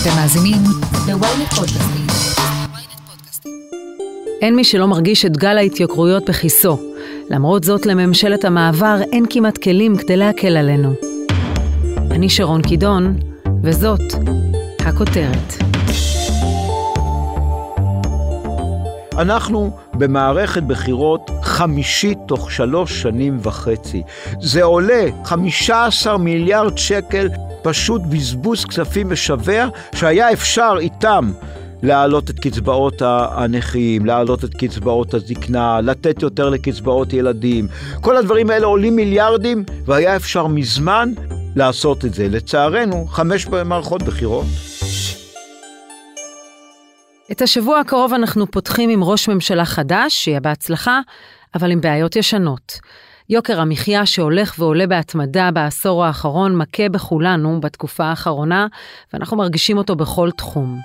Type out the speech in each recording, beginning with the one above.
אתם מאזינים ל-ynet פודקאסטים. אין מי שלא מרגיש את גל ההתייקרויות בכיסו. למרות זאת, לממשלת המעבר אין כמעט כלים כדי להקל עלינו. אני שרון קידון, וזאת הכותרת. אנחנו במערכת בחירות חמישית תוך 3.5 שנים. זה עולה 15 מיליארד שקל, פשוט בזבוז כספים משווע, שהיה אפשר איתם להעלות את קצבאות הנכים, להעלות את קצבאות הזקנה, לתת יותר לקצבאות ילדים. כל הדברים האלה עולים מיליארדים, והיה אפשר מזמן לעשות את זה. לצערנו, 5 מערכות בחירות. את השבוע הקרוב אנחנו פותחים עם ראש ממשלה חדש, שיהיה בהצלחה, אבל עם בעיות ישנות. יוקר המחיה שהולך ועולה בהתמדה בעשור האחרון מכה בכולנו בתקופה האחרונה, ואנחנו מרגישים אותו בכל תחום.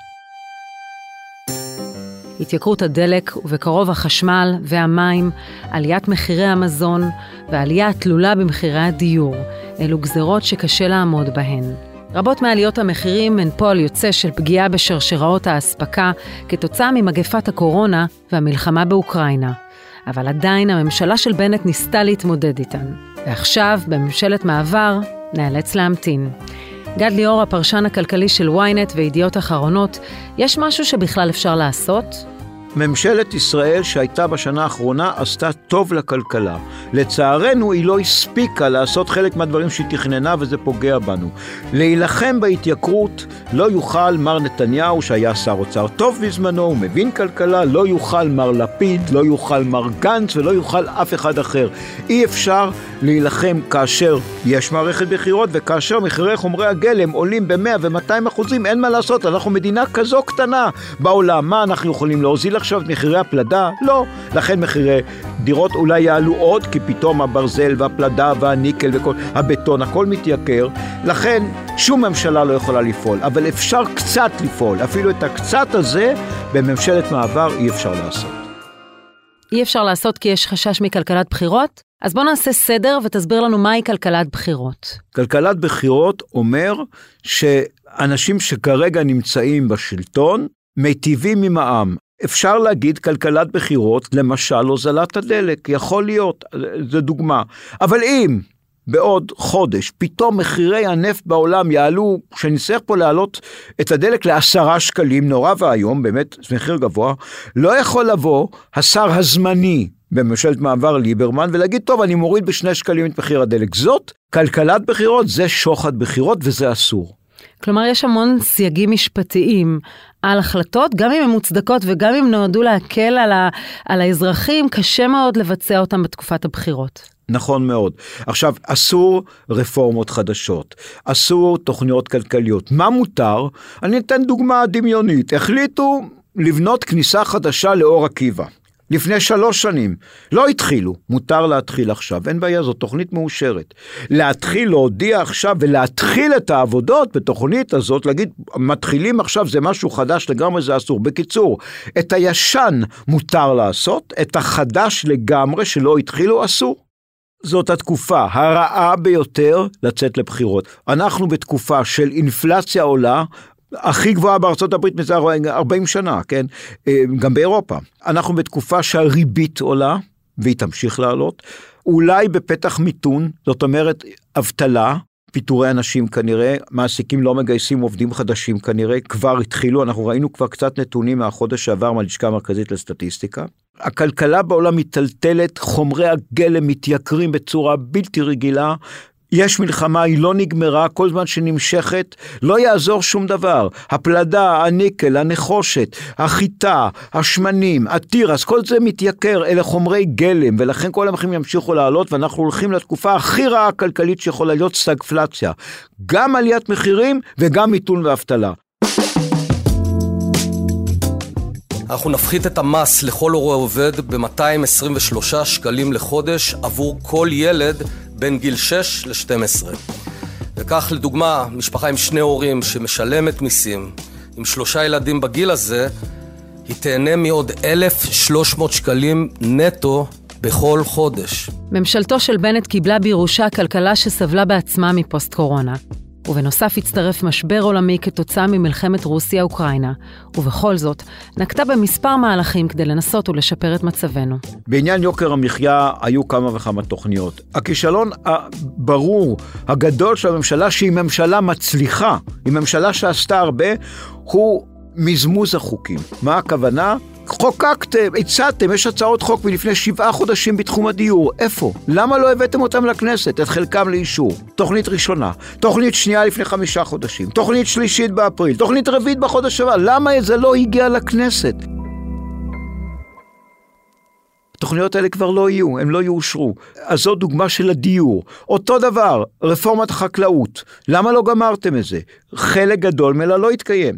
התייקרות הדלק ובקרוב החשמל והמים, עליית מחירי המזון ועלייה התלולה במחירי הדיור, אלו גזרות שקשה לעמוד בהן. רבות מעליות המחירים הן פועל יוצא של פגיעה בשרשראות האספקה כתוצאה ממגפת הקורונה והמלחמה באוקראינה. אבל עדיין הממשלה של בנט ניסתה להתמודד איתן. ועכשיו, בממשלת מעבר, נאלץ להמתין. גד ליאור, הפרשן הכלכלי של ynet וידיעות אחרונות, יש משהו שבכלל אפשר לעשות? ממשלת ישראל שהייתה בשנה האחרונה עשתה טוב לכלכלה. לצערנו היא לא הספיקה לעשות חלק מהדברים שהיא תכננה, וזה פוגע בנו. להילחם בהתייקרות לא יוכל מר נתניהו שהיה שר אוצר טוב בזמנו, הוא מבין כלכלה, לא יוכל מר לפיד, לא יוכל מר גנץ ולא יוכל אף אחד אחר. אי אפשר להילחם כאשר יש מערכת בחירות, וכאשר מחירי חומרי הגלם עולים ב100 ו200%, אין מה לעשות, אנחנו מדינה כזו קטנה בעולם. מה אנחנו יכולים להוזיל עכשיו את מחירי הפלדה? לא. לכן מחירי דירות אולי יעלו עוד, כי פתאום הברזל והפלדה והניקל וכל הבטון, הכל מתייקר. לכן שום ממשלה לא יכולה לפעול, אבל אפשר קצת לפעול. אפילו את הקצת הזה בממשלת מעבר אי אפשר לעשות. אי אפשר לעשות כי יש חשש מכלכלת בחירות? אז בוא נעשה סדר ותסביר לנו מהי כלכלת בחירות. כלכלת בחירות אומר שאנשים שכרגע נמצאים בשלטון מיטיבים עם העם. אפשר להגיד כלכלת בחירות, למשל הוזלת הדלק, יכול להיות, זו דוגמה. אבל אם בעוד חודש פתאום מחירי הנפט בעולם יעלו, שנצטרך פה להעלות את הדלק ל10 שקלים, נורא והיום, באמת מחיר גבוה, לא יכול לבוא השר הזמני בממשלת מעבר ליברמן ולהגיד, טוב, אני מוריד ב2 שקלים את מחיר הדלק. זאת כלכלת בחירות, זה שוחד בחירות וזה אסור. כלומר, יש המון סייגים משפטיים על החלטות, גם אם הן מוצדקות וגם אם נועדו להקל על האזרחים, קשה מאוד לבצע אותם בתקופת הבחירות. נכון מאוד. עכשיו, אסור רפורמות חדשות, אסור תוכניות כלכליות. מה מותר? אני אתן דוגמה דמיונית. החליטו לבנות כניסה חדשה לאור עקיבא. לפני 3 שנים. לא התחילו. מותר להתחיל עכשיו. אין בעיה, זו תוכנית מאושרת. להתחיל, להודיע עכשיו ולהתחיל את העבודות בתוכנית הזאת, להגיד, מתחילים עכשיו, זה משהו חדש לגמרי, זה אסור. בקיצור, את הישן מותר לעשות, את החדש לגמרי שלא התחילו אסור. זאת התקופה הרעה ביותר לצאת לבחירות. אנחנו בתקופה של אינפלציה עולה, הכי גבוהה בארצות הברית מזה 40 שנה, כן? גם באירופה. אנחנו בתקופה שהריבית עולה, והיא תמשיך לעלות, אולי בפתח מיתון, זאת אומרת, אבטלה, פיטורי אנשים כנראה, מעסיקים לא מגייסים עובדים חדשים כנראה, כבר התחילו, אנחנו ראינו כבר קצת נתונים מהחודש שעבר מהלשכה המרכזית לסטטיסטיקה. הכלכלה בעולם מטלטלת, חומרי הגלם מתייקרים בצורה בלתי רגילה, יש מלחמה, היא לא נגמרה, כל זמן שנמשכת, לא יעזור שום דבר. הפלדה, הניקל, הנחושת, החיטה, השמנים, התירס, כל זה מתייקר, אלה חומרי גלם, ולכן כל המחירים ימשיכו לעלות, ואנחנו הולכים לתקופה הכי רעה הכלכלית שיכולה להיות סטגפלציה. גם עליית מחירים וגם מיתון ואבטלה. אנחנו נפחית את המס לכל הורה עובד ב-223 שקלים לחודש עבור כל ילד בין גיל 6 ל-12. וכך לדוגמה, משפחה עם 2 הורים שמשלמת מיסים, עם 3 ילדים בגיל הזה, היא תהנה מעוד 1,300 שקלים נטו בכל חודש. ממשלתו של בנט קיבלה בירושה כלכלה שסבלה בעצמה מפוסט קורונה. ובנוסף הצטרף משבר עולמי כתוצאה ממלחמת רוסיה-אוקראינה, ובכל זאת נקטה במספר מהלכים כדי לנסות ולשפר את מצבנו. בעניין יוקר המחיה היו כמה וכמה תוכניות. הכישלון הברור, הגדול של הממשלה, שהיא ממשלה מצליחה, היא ממשלה שעשתה הרבה, הוא מזמוז החוקים. מה הכוונה? חוקקתם, הצעתם, יש הצעות חוק מלפני 7 חודשים בתחום הדיור. איפה? למה לא הבאתם אותם לכנסת? את חלקם לאישור. תוכנית ראשונה, תוכנית שנייה לפני 5 חודשים, תוכנית שלישית באפריל, תוכנית רביעית בחודש הבא. למה זה לא הגיע לכנסת? התוכניות האלה כבר לא יהיו, הם לא יאושרו. אז זו דוגמה של הדיור. אותו דבר, רפורמת החקלאות. למה לא גמרתם את זה? חלק גדול מלה לא התקיים.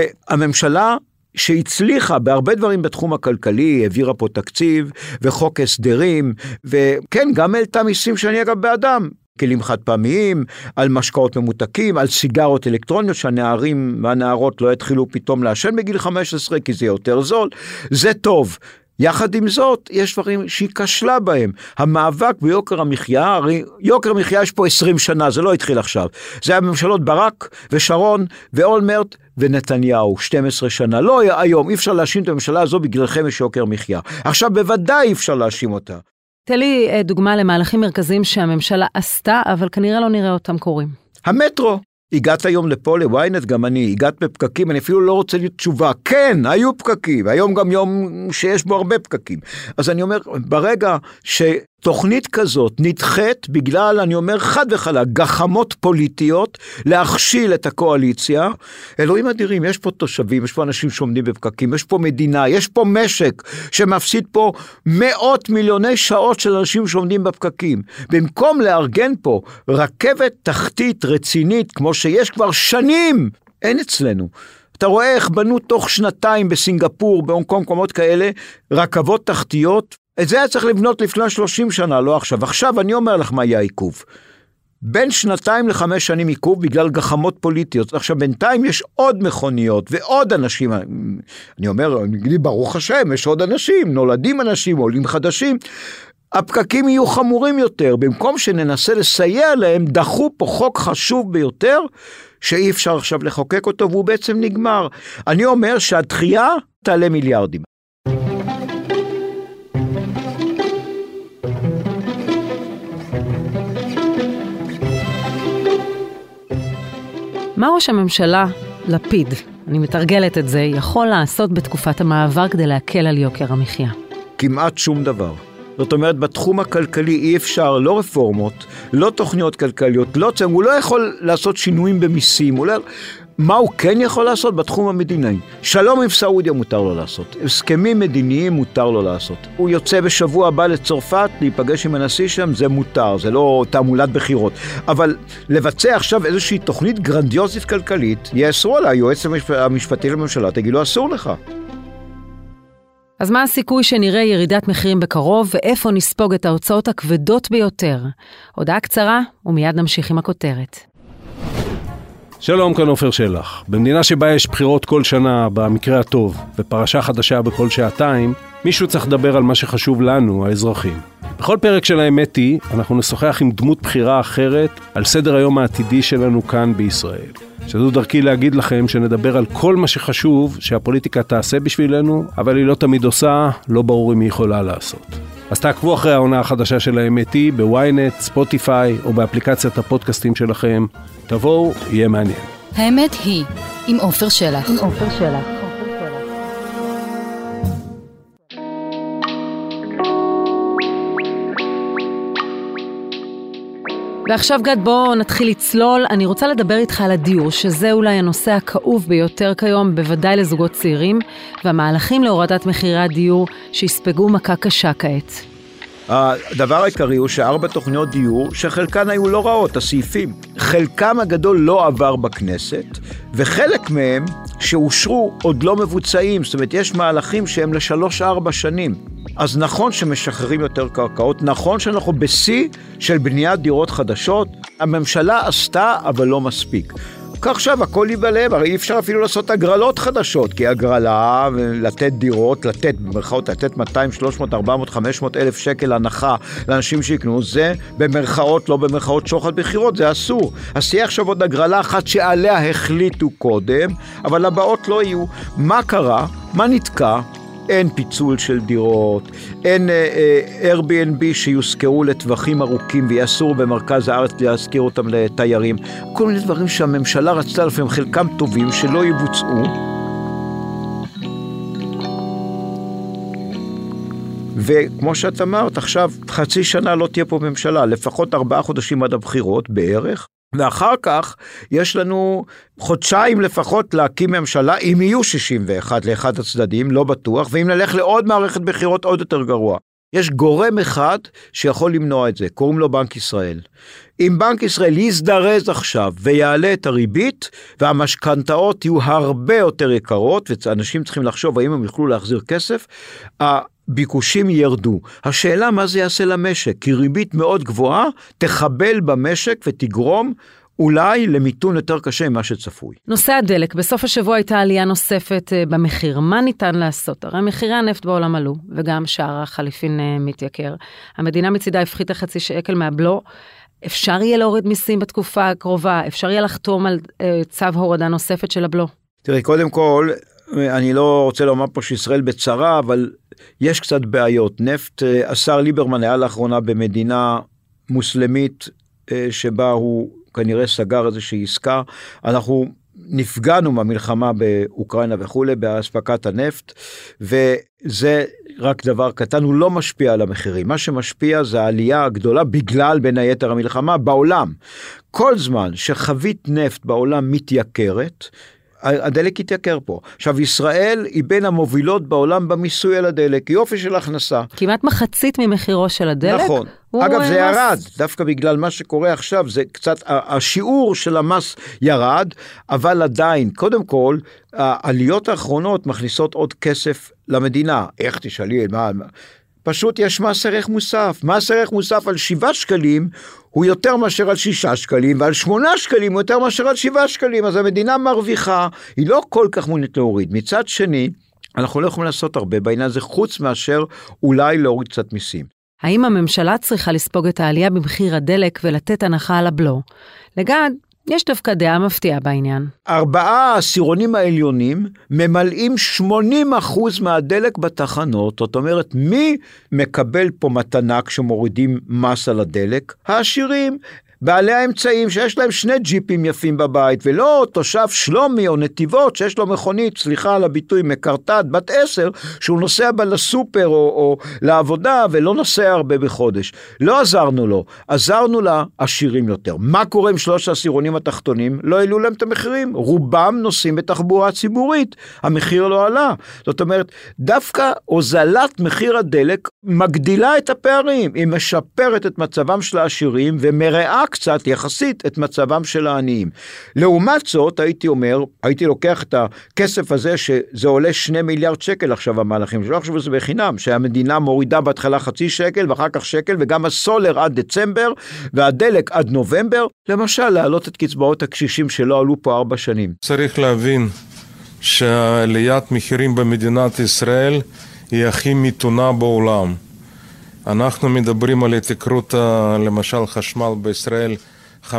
והממשלה שהצליחה בהרבה דברים בתחום הכלכלי, העבירה פה תקציב וחוק הסדרים, וכן, גם העלתה מיסים שאני אגב באדם, כלים חד פעמיים, על משקאות ממותקים, על סיגרות אלקטרוניות, שהנערים והנערות לא יתחילו פתאום לעשן בגיל 15, כי זה יותר זול. זה טוב. יחד עם זאת, יש דברים שהיא כשלה בהם. המאבק ביוקר המחיה, הרי יוקר המחיה יש פה 20 שנה, זה לא התחיל עכשיו. זה היה ממשלות ברק ושרון ואולמרט ונתניהו, 12 שנה. לא היום, אי אפשר להאשים את הממשלה הזו בגללכם יש יוקר מחיה. עכשיו בוודאי אי אפשר להאשים אותה. תן לי דוגמה למהלכים מרכזיים שהממשלה עשתה, אבל כנראה לא נראה אותם קורים. המטרו. הגעת היום לפה, לוויינט, גם אני, הגעת בפקקים, אני אפילו לא רוצה להיות תשובה. כן, היו פקקים, היום גם יום שיש בו הרבה פקקים. אז אני אומר, ברגע שתוכנית כזאת נדחית בגלל, אני אומר, חד וחלק, גחמות פוליטיות, להכשיל את הקואליציה, אלוהים אדירים, יש פה תושבים, יש פה אנשים שעומדים בפקקים, יש פה מדינה, יש פה משק שמפסיד פה 100 מיליוני שעות של אנשים שעומדים בפקקים. במקום לארגן פה רכבת תחתית רצינית, כמו שיש כבר שנים, אין אצלנו. אתה רואה איך בנו תוך 2 בסינגפור, בהונג קונג, מקומות כאלה, רכבות תחתיות. את זה היה צריך לבנות לפני 30 שנה, לא עכשיו. עכשיו אני אומר לך מה יהיה העיכוב. בין 2 ל5 שנים עיכוב בגלל גחמות פוליטיות. עכשיו בינתיים יש עוד מכוניות ועוד אנשים. אני אומר, ברוך השם, יש עוד אנשים, נולדים אנשים, עולים חדשים. הפקקים יהיו חמורים יותר. במקום שננסה לסייע להם, דחו פה חוק חשוב ביותר, שאי אפשר עכשיו לחוקק אותו, והוא בעצם נגמר. אני אומר שהדחייה תעלה מיליארדים. מה ראש הממשלה, לפיד, אני מתרגלת את זה, יכול לעשות בתקופת המעבר כדי להקל על יוקר המחיה? כמעט שום דבר. זאת אומרת, בתחום הכלכלי אי אפשר, לא רפורמות, לא תוכניות כלכליות, הוא לא יכול לעשות שינויים במיסים, מה הוא כן יכול לעשות בתחום המדיני? שלום עם סעודיה מותר לו לעשות, הסכמים מדיניים מותר לו לעשות. הוא יוצא בשבוע הבא לצרפת, להיפגש עם הנשיא שם, זה מותר, זה לא תעמולת בחירות. אבל לבצע עכשיו איזושהי תוכנית גרנדיוזית כלכלית, יאסרו עליי, היועץ המשפטי לממשלה, תגיד לו, אסור לך. אז מה הסיכוי שנראה ירידת מחירים בקרוב, ואיפה נספוג את ההוצאות הכבדות ביותר? הודעה קצרה, ומיד נמשיך עם הכותרת. שלום, כאן עופר שלח. במדינה שבה יש בחירות כל שנה, במקרה הטוב, ופרשה חדשה בכל 2 שעתיים, מישהו צריך לדבר על מה שחשוב לנו, האזרחים. בכל פרק של האמת היא, אנחנו נשוחח עם דמות בחירה אחרת על סדר היום העתידי שלנו כאן בישראל. שזו דרכי להגיד לכם שנדבר על כל מה שחשוב שהפוליטיקה תעשה בשבילנו, אבל היא לא תמיד עושה, לא ברור אם היא יכולה לעשות. אז תעקבו אחרי העונה החדשה של האמת היא, בוויינט, ספוטיפיי או באפליקציית הפודקאסטים שלכם. תבואו, יהיה מעניין. האמת היא, עם עופר שלח. ועכשיו גד, בוא נתחיל לצלול. אני רוצה לדבר איתך על הדיור, שזה אולי הנושא הכאוב ביותר כיום, בוודאי לזוגות צעירים, והמהלכים להורדת מחירי הדיור שיספגו מכה קשה כעת. הדבר העיקרי הוא ש4 תוכניות דיור, שחלקן היו לא רעות, הסעיפים. חלקם הגדול לא עבר בכנסת, וחלק מהם שאושרו עוד לא מבוצעים, זאת אומרת, יש מהלכים שהם ל3-4 שנים. אז נכון שמשחררים יותר קרקעות, נכון שאנחנו בשיא של בניית דירות חדשות, הממשלה עשתה אבל לא מספיק. כי עכשיו הכל ייבלם, הרי אי אפשר אפילו לעשות הגרלות חדשות, כי הגרלה, לתת דירות, לתת 200, 300, 400, 500 אלף שקל הנחה לאנשים שיקנו, זה במרכאות, לא במרכאות שוחד בחירות, זה אסור. אז תהיה עכשיו עוד הגרלה אחת שעליה החליטו קודם, אבל הבאות לא יהיו. מה קרה? מה נתקע? אין פיצול של דירות, אין Airbnb שיוזכרו לטווחים ארוכים ויאסור במרכז הארץ להזכיר אותם לתיירים. כל מיני דברים שהממשלה רצתה לפעמים חלקם טובים שלא יבוצעו. וכמו שאת אמרת, עכשיו חצי שנה לא תהיה פה ממשלה, לפחות 4 חודשים עד הבחירות בערך. ואחר כך יש לנו חודשיים לפחות להקים ממשלה, אם יהיו 61 לאחד הצדדים, לא בטוח, ואם נלך לעוד מערכת בחירות עוד יותר גרוע. יש גורם אחד שיכול למנוע את זה, קוראים לו בנק ישראל. אם בנק ישראל יזדרז עכשיו ויעלה את הריבית, והמשכנתאות יהיו הרבה יותר יקרות, ואנשים צריכים לחשוב האם הם יוכלו להחזיר כסף, הביקושים ירדו. השאלה מה זה יעשה למשק, כי ריבית מאוד גבוהה תחבל במשק ותגרום אולי למיתון יותר קשה ממה שצפוי. נושא הדלק, בסוף השבוע הייתה עלייה נוספת במחיר. מה ניתן לעשות? הרי מחירי הנפט בעולם עלו, וגם שער החליפין מתייקר. המדינה מצידה הפחיתה 0.5 שקל מהבלו. אפשר יהיה להוריד מיסים בתקופה הקרובה? אפשר יהיה לחתום על צו הורדה נוספת של הבלו? תראי, קודם כל, אני לא רוצה לומר פה שישראל בצרה, אבל יש קצת בעיות. נפט, השר ליברמן היה לאחרונה במדינה מוסלמית, שבה הוא כנראה סגר איזושהי עסקה. אנחנו נפגענו מהמלחמה באוקראינה וכו' בהספקת הנפט, וזה רק דבר קטן, הוא לא משפיע על המחירים. מה שמשפיע זה העלייה הגדולה בגלל בין היתר המלחמה בעולם. כל זמן שחבית נפט בעולם מתייקרת, הדלק יתייקר פה. עכשיו, ישראל היא בין המובילות בעולם במיסוי על הדלק, יופי של הכנסה. כמעט מחצית ממחירו של הדלק. נכון. אגב, זה ירד, דווקא בגלל מה שקורה עכשיו, זה קצת, השיעור של המס ירד, אבל עדיין, קודם כל, העליות האחרונות מכניסות עוד כסף למדינה. איך תשאלי, מה? פשוט יש מס ערך מוסף. מס ערך מוסף על 7 שקלים הוא יותר מאשר על 6 שקלים, ועל 8 שקלים הוא יותר מאשר על 7 שקלים, אז המדינה מרוויחה, היא לא כל כך מעוניינת להוריד. מצד שני, אנחנו לא יכולים לעשות הרבה בעניין הזה, חוץ מאשר אולי להוריד קצת מיסים. האם הממשלה צריכה לספוג את העלייה במחיר הדלק ולתת הנחה על הבלו? לגד, יש דווקא דעה מפתיעה בעניין. 4 העשירונים העליונים ממלאים 80% מהדלק בתחנות. זאת אומרת, מי מקבל פה מתנה כשמורידים מס על הדלק? העשירים. בעלי האמצעים שיש להם 2 ג'יפים יפים בבית, ולא תושב שלומי או נתיבות שיש לו מכונית, סליחה על הביטוי, מקרטט בת 10, שהוא נוסע בה לסופר או לעבודה ולא נוסע הרבה בחודש. לא עזרנו לו, עזרנו לעשירים יותר. מה קורה עם 3 העשירונים התחתונים? לא העלו להם את המחירים, רובם נוסעים בתחבורה ציבורית, המחיר לא עלה. זאת אומרת, דווקא הוזלת מחיר הדלק מגדילה את הפערים, היא משפרת את מצבם של העשירים ומראה קצת יחסית את מצבם של העניים. לעומת זאת, הייתי לוקח את הכסף הזה, שזה עולה 2 מיליארד שקל עכשיו המהלכים, שלא חשוב שזה בחינם, שהמדינה מורידה בהתחלה 0.5 שקל, ואחר כך שקל, וגם הסולר עד דצמבר, והדלק עד נובמבר, למשל, להעלות את קצבאות הקשישים שלא עלו פה 4 שנים. צריך להבין שעליית מחירים במדינת ישראל היא הכי מתונה בעולם. אנחנו מדברים על התייקרות, למשל חשמל בישראל 5.7%,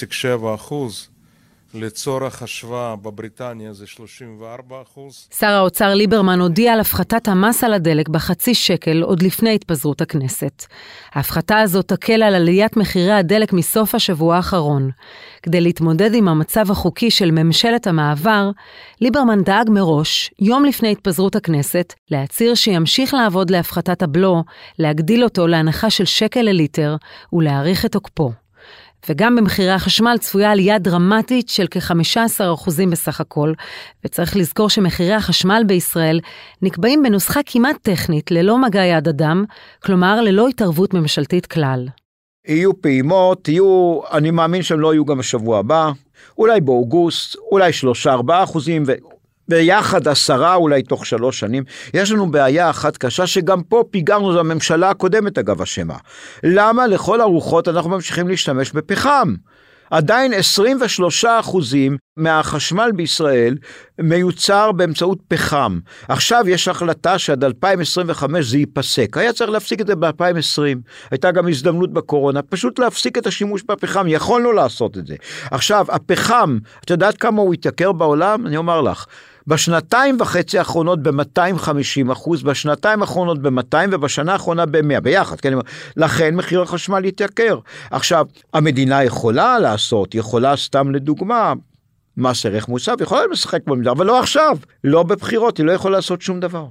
לצורך השוואה בבריטניה זה 34%. שר האוצר ליברמן הודיע על הפחתת המס על הדלק ב0.5 שקל עוד לפני התפזרות הכנסת. ההפחתה הזאת תקל על עליית מחירי הדלק מסוף השבוע האחרון. כדי להתמודד עם המצב החוקי של ממשלת המעבר, ליברמן דאג מראש, יום לפני התפזרות הכנסת, להצהיר שימשיך לעבוד להפחתת הבלו, להגדיל אותו להנחה של 1 שקל לליטר ולהאריך את תוקפו. וגם במחירי החשמל צפויה עלייה דרמטית של כ-15% בסך הכל, וצריך לזכור שמחירי החשמל בישראל נקבעים בנוסחה כמעט טכנית ללא מגע יד אדם, כלומר ללא התערבות ממשלתית כלל. יהיו פעימות, אני מאמין שהם לא יהיו גם בשבוע הבא, אולי באוגוסט, אולי 3-4%, ביחד 10 אולי תוך 3 שנים. יש לנו בעיה אחת קשה שגם פה פיגרנו, זו הממשלה הקודמת אגב אשמה. למה לכל הרוחות אנחנו ממשיכים להשתמש בפחם? עדיין 23% מהחשמל בישראל מיוצר באמצעות פחם. עכשיו יש החלטה שעד 2025 זה ייפסק. היה צריך להפסיק את זה ב-2020. הייתה גם הזדמנות בקורונה, פשוט להפסיק את השימוש בפחם. יכולנו לעשות את זה. עכשיו, הפחם, את יודעת כמה הוא יתייקר בעולם? אני אומר לך. בשנתיים וחצי האחרונות ב-250%, בשנתיים האחרונות ב-200% ובשנה האחרונה ב-100%, ביחד, כן? לכן מחיר החשמל יתייקר. עכשיו, המדינה יכולה לעשות, יכולה סתם לדוגמה, מס ערך מוסף, יכולה לשחק במדינה, אבל לא עכשיו, לא בבחירות, היא לא יכולה לעשות שום דבר.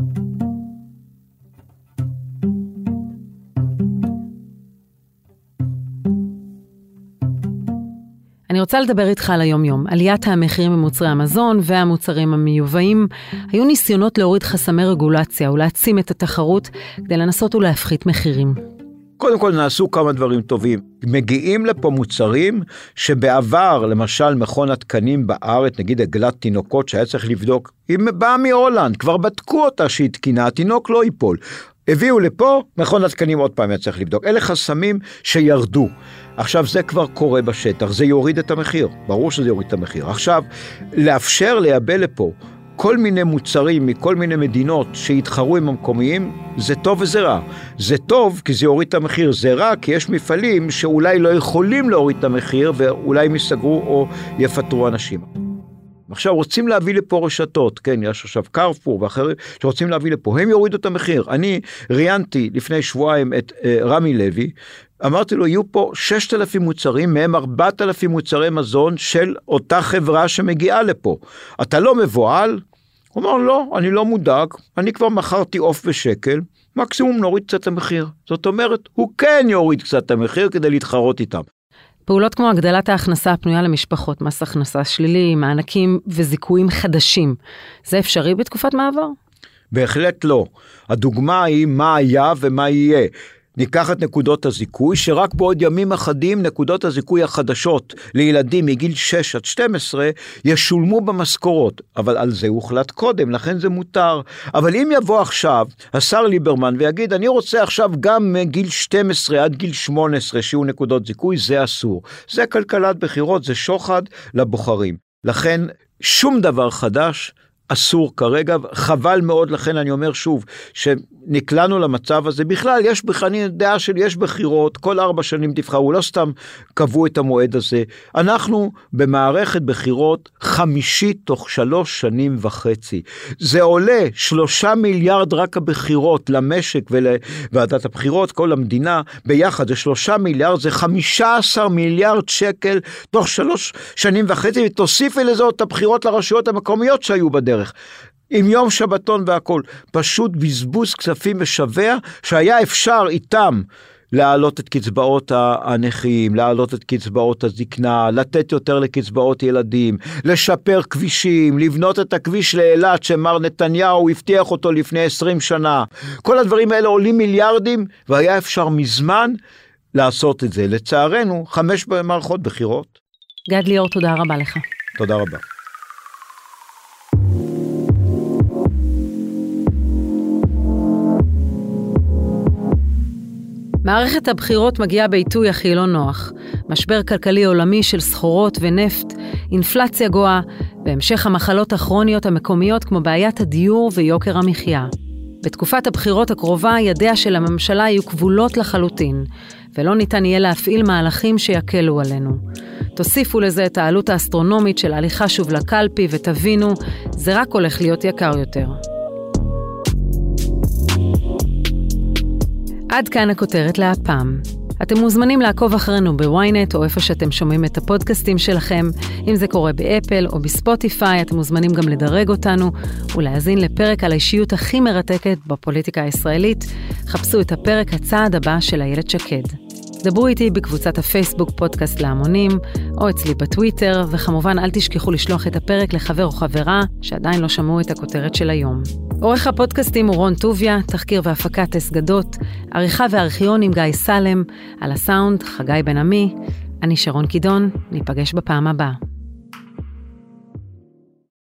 אני רוצה לדבר איתך על היום-יום. עליית המחירים במוצרי המזון והמוצרים המיובאים, היו ניסיונות להוריד חסמי רגולציה ולהעצים את התחרות כדי לנסות ולהפחית מחירים. קודם כל נעשו כמה דברים טובים. מגיעים לפה מוצרים שבעבר, למשל מכון התקנים בארץ, נגיד עגלת תינוקות שהיה צריך לבדוק, היא באה מהולנד, כבר בדקו אותה שהיא תקינה, התינוק לא ייפול. הביאו לפה, מכון התקנים עוד פעם היה צריך לבדוק. אלה חסמים שירדו. עכשיו זה כבר קורה בשטח, זה יוריד את המחיר, ברור שזה יוריד את המחיר. עכשיו, לאפשר לייבא לפה כל מיני מוצרים מכל מיני מדינות שיתחרו עם המקומיים, זה טוב וזה רע. זה טוב כי זה יוריד את המחיר, זה רע כי יש מפעלים שאולי לא יכולים להוריד את המחיר, ואולי הם יסגרו או יפטרו אנשים. עכשיו רוצים להביא לפה רשתות, כן, יש עכשיו קרפור ואחרים שרוצים להביא לפה, הם יורידו את המחיר. אני ראיינתי לפני שבועיים את רמי לוי, אמרתי לו, יהיו פה 6,000 מוצרים, מהם 4,000 מוצרי מזון של אותה חברה שמגיעה לפה. אתה לא מבועל? הוא אמר, לא, אני לא מודאג, אני כבר מכרתי עוף בשקל, מקסימום נוריד קצת המחיר. זאת אומרת, הוא כן יוריד קצת המחיר כדי להתחרות איתם. פעולות כמו הגדלת ההכנסה הפנויה למשפחות, מס הכנסה שלילי, מענקים וזיכויים חדשים, זה אפשרי בתקופת מעבר? בהחלט לא. הדוגמה היא מה היה ומה יהיה. ניקח את נקודות הזיכוי, שרק בעוד ימים אחדים נקודות הזיכוי החדשות לילדים מגיל 6 עד 12 ישולמו במשכורות, אבל על זה הוחלט קודם, לכן זה מותר. אבל אם יבוא עכשיו השר ליברמן ויגיד, אני רוצה עכשיו גם מגיל 12 עד גיל 18 שיהיו נקודות זיכוי, זה אסור. זה כלכלת בחירות, זה שוחד לבוחרים. לכן שום דבר חדש אסור כרגע, חבל מאוד, לכן אני אומר שוב, שנקלענו למצב הזה, בכלל יש בכלל דעה של יש בחירות, כל 4 שנים תבחרו, לא סתם קבעו את המועד הזה, אנחנו במערכת בחירות 5 תוך 3.5 שנים, זה עולה 3 מיליארד רק הבחירות למשק ולוועדת הבחירות, כל המדינה ביחד, זה 3 מיליארד, זה 15 מיליארד שקל תוך 3.5 שנים, ותוסיפי לזה את הבחירות לרשויות המקומיות שהיו בדרך. עם יום שבתון והכל, פשוט בזבוז כספים משווה, שהיה אפשר איתם להעלות את קצבאות הנכים, להעלות את קצבאות הזקנה, לתת יותר לקצבאות ילדים, לשפר כבישים, לבנות את הכביש לאילת שמר נתניהו הבטיח אותו לפני 20 שנה. כל הדברים האלה עולים מיליארדים, והיה אפשר מזמן לעשות את זה. לצערנו, 5 מערכות בחירות. גד ליאור, תודה רבה לך. תודה רבה. מערכת הבחירות מגיעה בעיתוי הכי לא נוח. משבר כלכלי עולמי של סחורות ונפט, אינפלציה גואה, והמשך המחלות הכרוניות המקומיות כמו בעיית הדיור ויוקר המחיה. בתקופת הבחירות הקרובה ידיה של הממשלה יהיו כבולות לחלוטין, ולא ניתן יהיה להפעיל מהלכים שיקלו עלינו. תוסיפו לזה את העלות האסטרונומית של הליכה שוב לקלפי ותבינו, זה רק הולך להיות יקר יותר. עד כאן הכותרת להפעם. אתם מוזמנים לעקוב אחרינו בוויינט או איפה שאתם שומעים את הפודקאסטים שלכם. אם זה קורה באפל או בספוטיפיי, אתם מוזמנים גם לדרג אותנו ולהאזין לפרק על האישיות הכי מרתקת בפוליטיקה הישראלית. חפשו את הפרק הצעד הבא של איילת שקד. דברו איתי בקבוצת הפייסבוק פודקאסט להמונים, או אצלי בטוויטר, וכמובן אל תשכחו לשלוח את הפרק לחבר או חברה שעדיין לא שמעו את הכותרת של היום. עורך הפודקאסטים הוא רון טוביה, תחקיר והפקת אסגדות, עריכה וארכיון עם גיא סלם, על הסאונד חגי בן עמי, אני שרון קידון, ניפגש בפעם הבאה.